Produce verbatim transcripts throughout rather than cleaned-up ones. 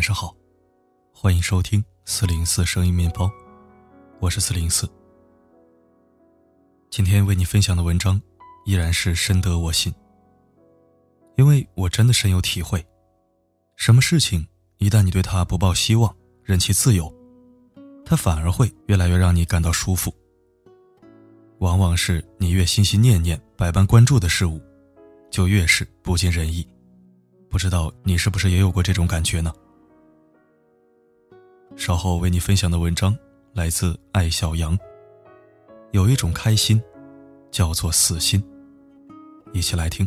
晚上好，欢迎收听四零四声音面包，我是四零四。今天为你分享的文章依然是深得我心，因为我真的深有体会，什么事情一旦你对它不抱希望，任其自由，它反而会越来越让你感到舒服。往往是你越心心念念百般关注的事物，就越是不尽人意。不知道你是不是也有过这种感觉呢？稍后为你分享的文章来自艾小羊，有一种开心叫做死心，一起来听。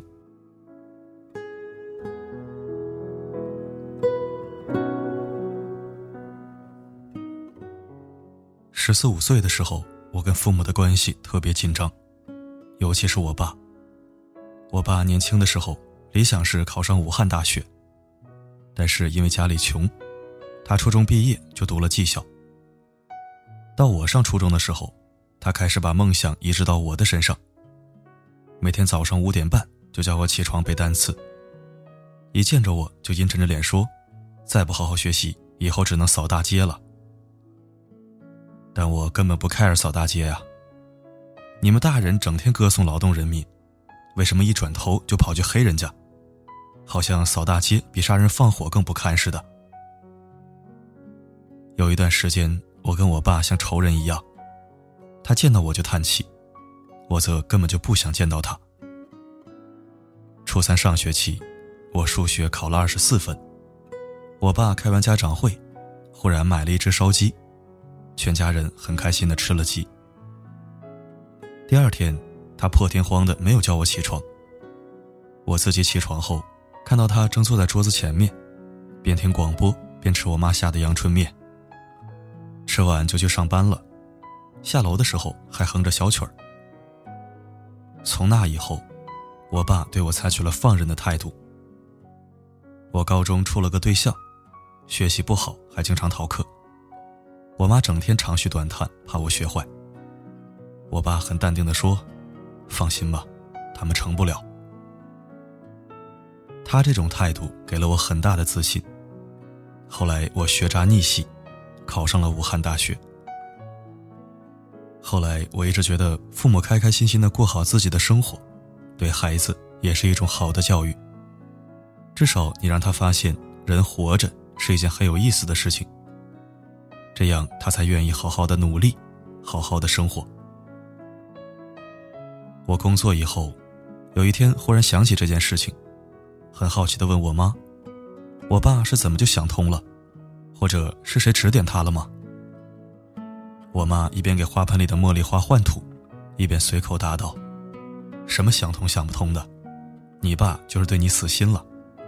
十四五岁的时候，我跟父母的关系特别紧张，尤其是我爸。我爸年轻的时候理想是考上武汉大学，但是因为家里穷，他初中毕业就读了技校。到我上初中的时候，他开始把梦想移植到我的身上，每天早上五点半就叫我起床背单词，一见着我就阴沉着脸说，再不好好学习，以后只能扫大街了。但我根本不 care 扫大街呀、啊！你们大人整天歌颂劳动人民，为什么一转头就跑去黑人家？好像扫大街比杀人放火更不堪似的。有一段时间，我跟我爸像仇人一样，他见到我就叹气，我则根本就不想见到他。初三上学期，我数学考了二十四分，我爸开完家长会，忽然买了一只烧鸡，全家人很开心地吃了鸡。第二天，他破天荒的没有叫我起床。我自己起床后，看到他正坐在桌子前面，边听广播边吃我妈下的阳春面。吃完就去上班了，下楼的时候还哼着小曲儿。从那以后，我爸对我采取了放任的态度。我高中处了个对象，学习不好还经常逃课，我妈整天长吁短叹，怕我学坏。我爸很淡定地说，放心吧，他们成不了。他这种态度给了我很大的自信。后来我学渣逆袭，考上了武汉大学。后来我一直觉得父母开开心心地过好自己的生活，对孩子也是一种好的教育。至少你让他发现人活着是一件很有意思的事情，这样他才愿意好好的努力，好好的生活。我工作以后，有一天忽然想起这件事情，很好奇地问我妈，我爸是怎么就想通了，或者是谁指点他了吗？我妈一边给花盆里的茉莉花换土，一边随口答道，什么想通想不通的，你爸就是对你死心了。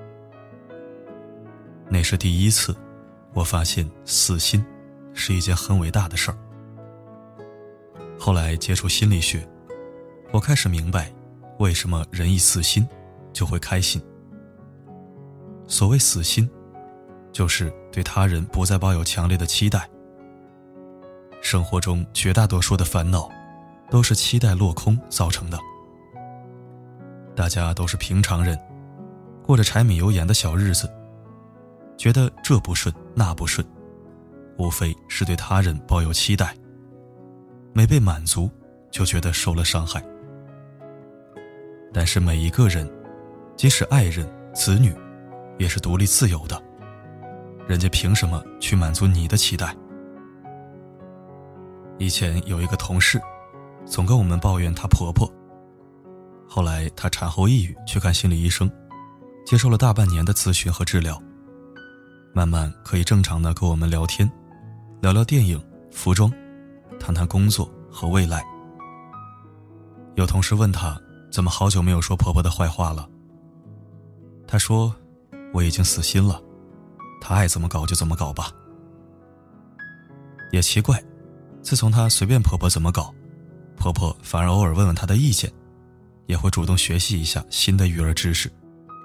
那是第一次我发现死心是一件很伟大的事儿。后来接触心理学，我开始明白为什么人一死心就会开心。所谓死心，就是对他人不再抱有强烈的期待。生活中绝大多数的烦恼都是期待落空造成的。大家都是平常人，过着柴米油盐的小日子，觉得这不顺那不顺，无非是对他人抱有期待，没被满足就觉得受了伤害。但是每一个人，即使爱人、子女，也是独立自由的，人家凭什么去满足你的期待？以前有一个同事，总跟我们抱怨她婆婆，后来她产后抑郁去看心理医生，接受了大半年的咨询和治疗，慢慢可以正常的跟我们聊天，聊聊电影、服装，谈谈工作和未来。有同事问她，怎么好久没有说婆婆的坏话了？她说，我已经死心了，她爱怎么搞就怎么搞吧。也奇怪，自从她随便婆婆怎么搞，婆婆反而偶尔问问她的意见，也会主动学习一下新的育儿知识。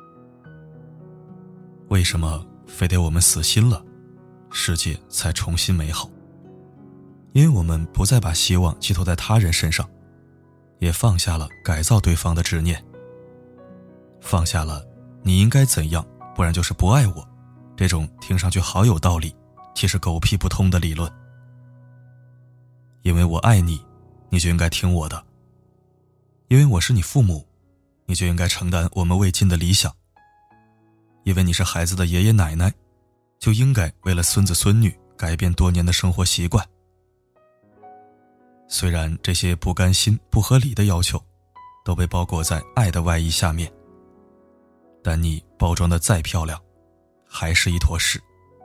为什么非得我们死心了，世界才重新美好？因为我们不再把希望寄托在他人身上，也放下了改造对方的执念，放下了你应该怎样，不然就是不爱我这种听上去好有道理，其实狗屁不通的理论。因为我爱你，你就应该听我的。因为我是你父母，你就应该承担我们未尽的理想。因为你是孩子的爷爷奶奶，就应该为了孙子孙女改变多年的生活习惯。虽然这些不甘心、不合理的要求都被包裹在爱的外衣下面，但你包装的再漂亮，还是一坨屎。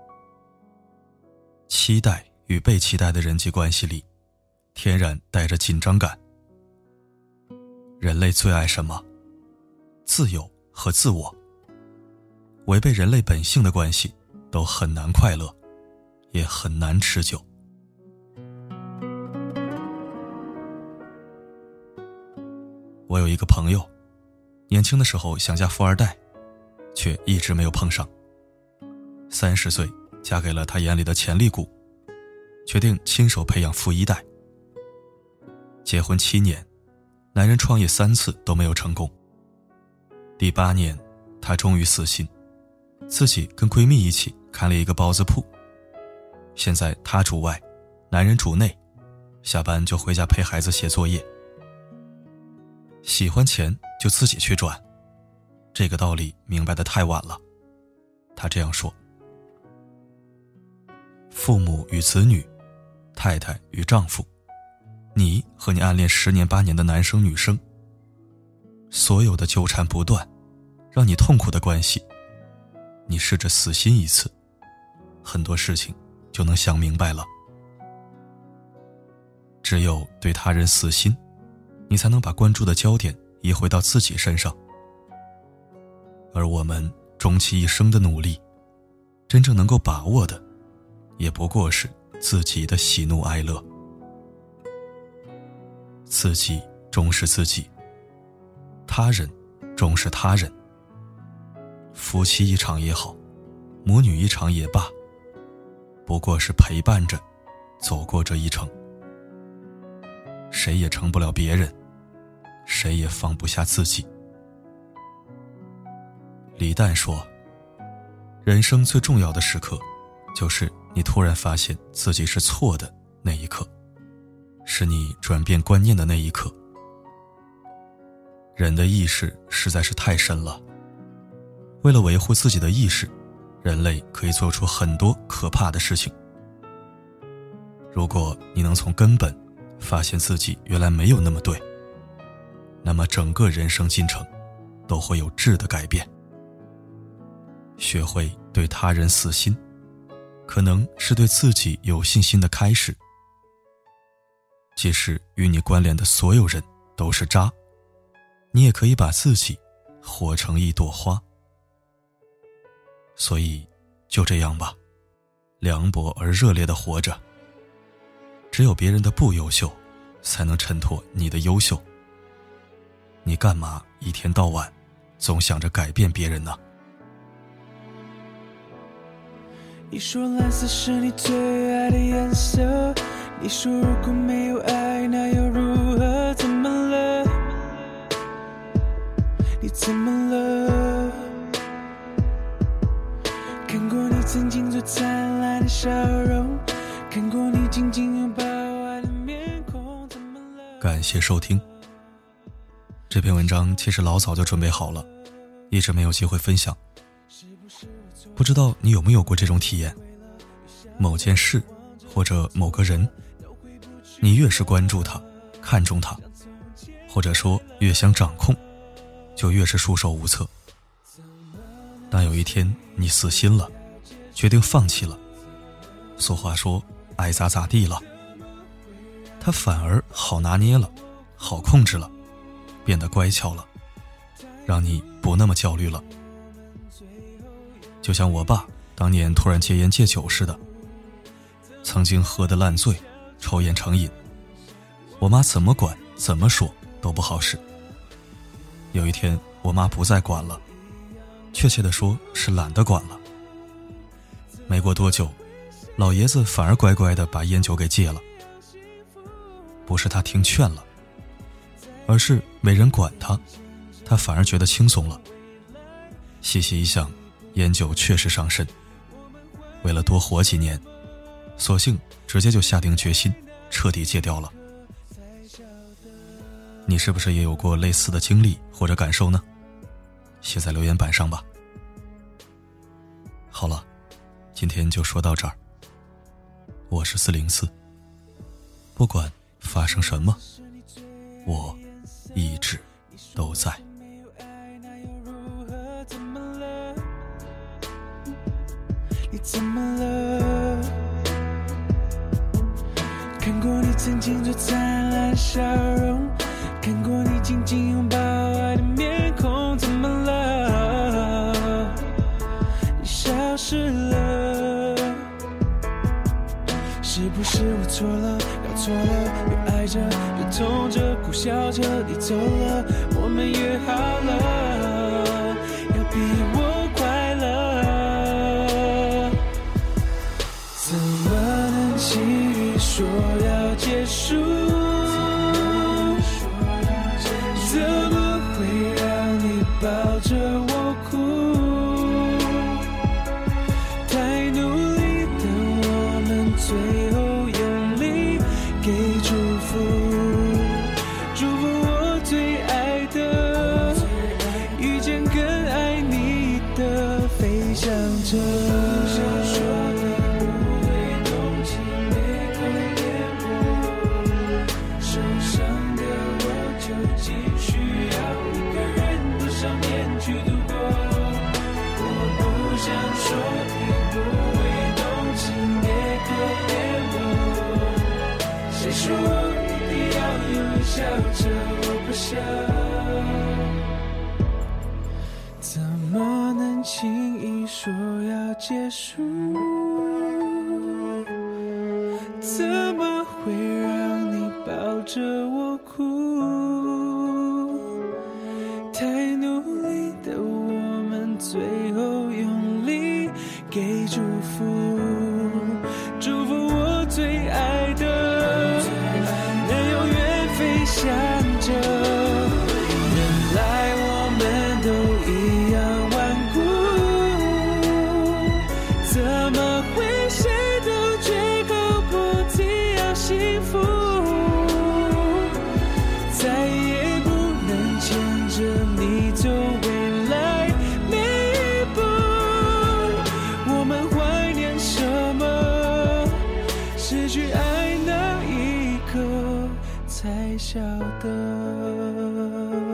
期待与被期待的人际关系里，天然带着紧张感。人类最爱什么？自由和自我。违背人类本性的关系都很难快乐，也很难持久。我有一个朋友，年轻的时候想嫁富二代，却一直没有碰上。三十岁嫁给了他眼里的潜力股，决定亲手培养富一代。结婚七年，男人创业三次都没有成功。第八年，她终于死心，自己跟闺蜜一起开了一个包子铺。现在她主外，男人主内，下班就回家陪孩子写作业。喜欢钱就自己去赚，这个道理明白得太晚了。她这样说：父母与子女，太太与丈夫，你和你暗恋十年八年的男生女生，所有的纠缠不断，让你痛苦的关系，你试着死心一次，很多事情就能想明白了。只有对他人死心，你才能把关注的焦点移回到自己身上。而我们终其一生的努力，真正能够把握的，也不过是自己的喜怒哀乐。自己重视自己，他人重视他人。夫妻一场也好，母女一场也罢，不过是陪伴着走过这一程。谁也成不了别人，谁也放不下自己。李诞说，人生最重要的时刻，就是你突然发现自己是错的那一刻，是你转变观念的那一刻。人的意识实在是太深了，为了维护自己的意识，人类可以做出很多可怕的事情。如果你能从根本发现自己原来没有那么对，那么整个人生进程都会有质的改变。学会对他人死心，可能是对自己有信心的开始。即使与你关联的所有人都是渣，你也可以把自己活成一朵花。所以就这样吧，凉薄而热烈地活着。只有别人的不优秀，才能衬托你的优秀。你干嘛一天到晚总想着改变别人呢？ 你说蓝色是你最爱的颜色，你说如果没有爱那又如何，怎么了？你怎么了？看过你曾经最灿烂的笑容，看过你紧紧拥抱爱的面孔，怎么了？ 感谢收听。这篇文章其实老早就准备好了，一直没有机会分享。不知道你有没有过这种体验，某件事或者某个人，你越是关注他，看重他，或者说越想掌控，就越是束手无策。当有一天你死心了，决定放弃了，俗话说爱咋咋地了，他反而好拿捏了，好控制了，变得乖巧了，让你不那么焦虑了。就像我爸当年突然戒烟戒酒似的，曾经喝得烂醉，抽烟成瘾，我妈怎么管怎么说都不好使。有一天我妈不再管了，确切地说是懒得管了。没过多久，老爷子反而乖乖地把烟酒给戒了。不是他听劝了，而是没人管他，他反而觉得轻松了。细细一想，烟酒确实伤身， 为了多活几年，索性直接就下定决心彻底戒掉了。你是不是也有过类似的经历或者感受呢？写在留言板上吧。好了，今天就说到这儿。我是四零四，不管发生什么，我一直都在。 你怎么了？看过你曾经最灿烂的笑容，看过你紧紧拥抱爱的面孔，怎么了？你消失了，是不是我错了？搞错了，越爱着越痛着，苦笑着你走了，我们约好了，要比我快乐，怎么能轻易说要结束？怎么会让你抱着我哭？太努力的我们，最后用力给祝福，祝福我最爱的，遇见更爱你的，飞翔着。谁说一定要有笑着，我不想，怎么能轻易说要结束？怎么会让你抱着我哭？太努力的我们，最后用力给祝福，祝福我最爱的，能永远飞翔着。原来我们都一样顽固，怎么会谁都绝口不提要幸福？再也不能牵着你走未来每一步，我们怀念什么？失去爱那一刻才晓得。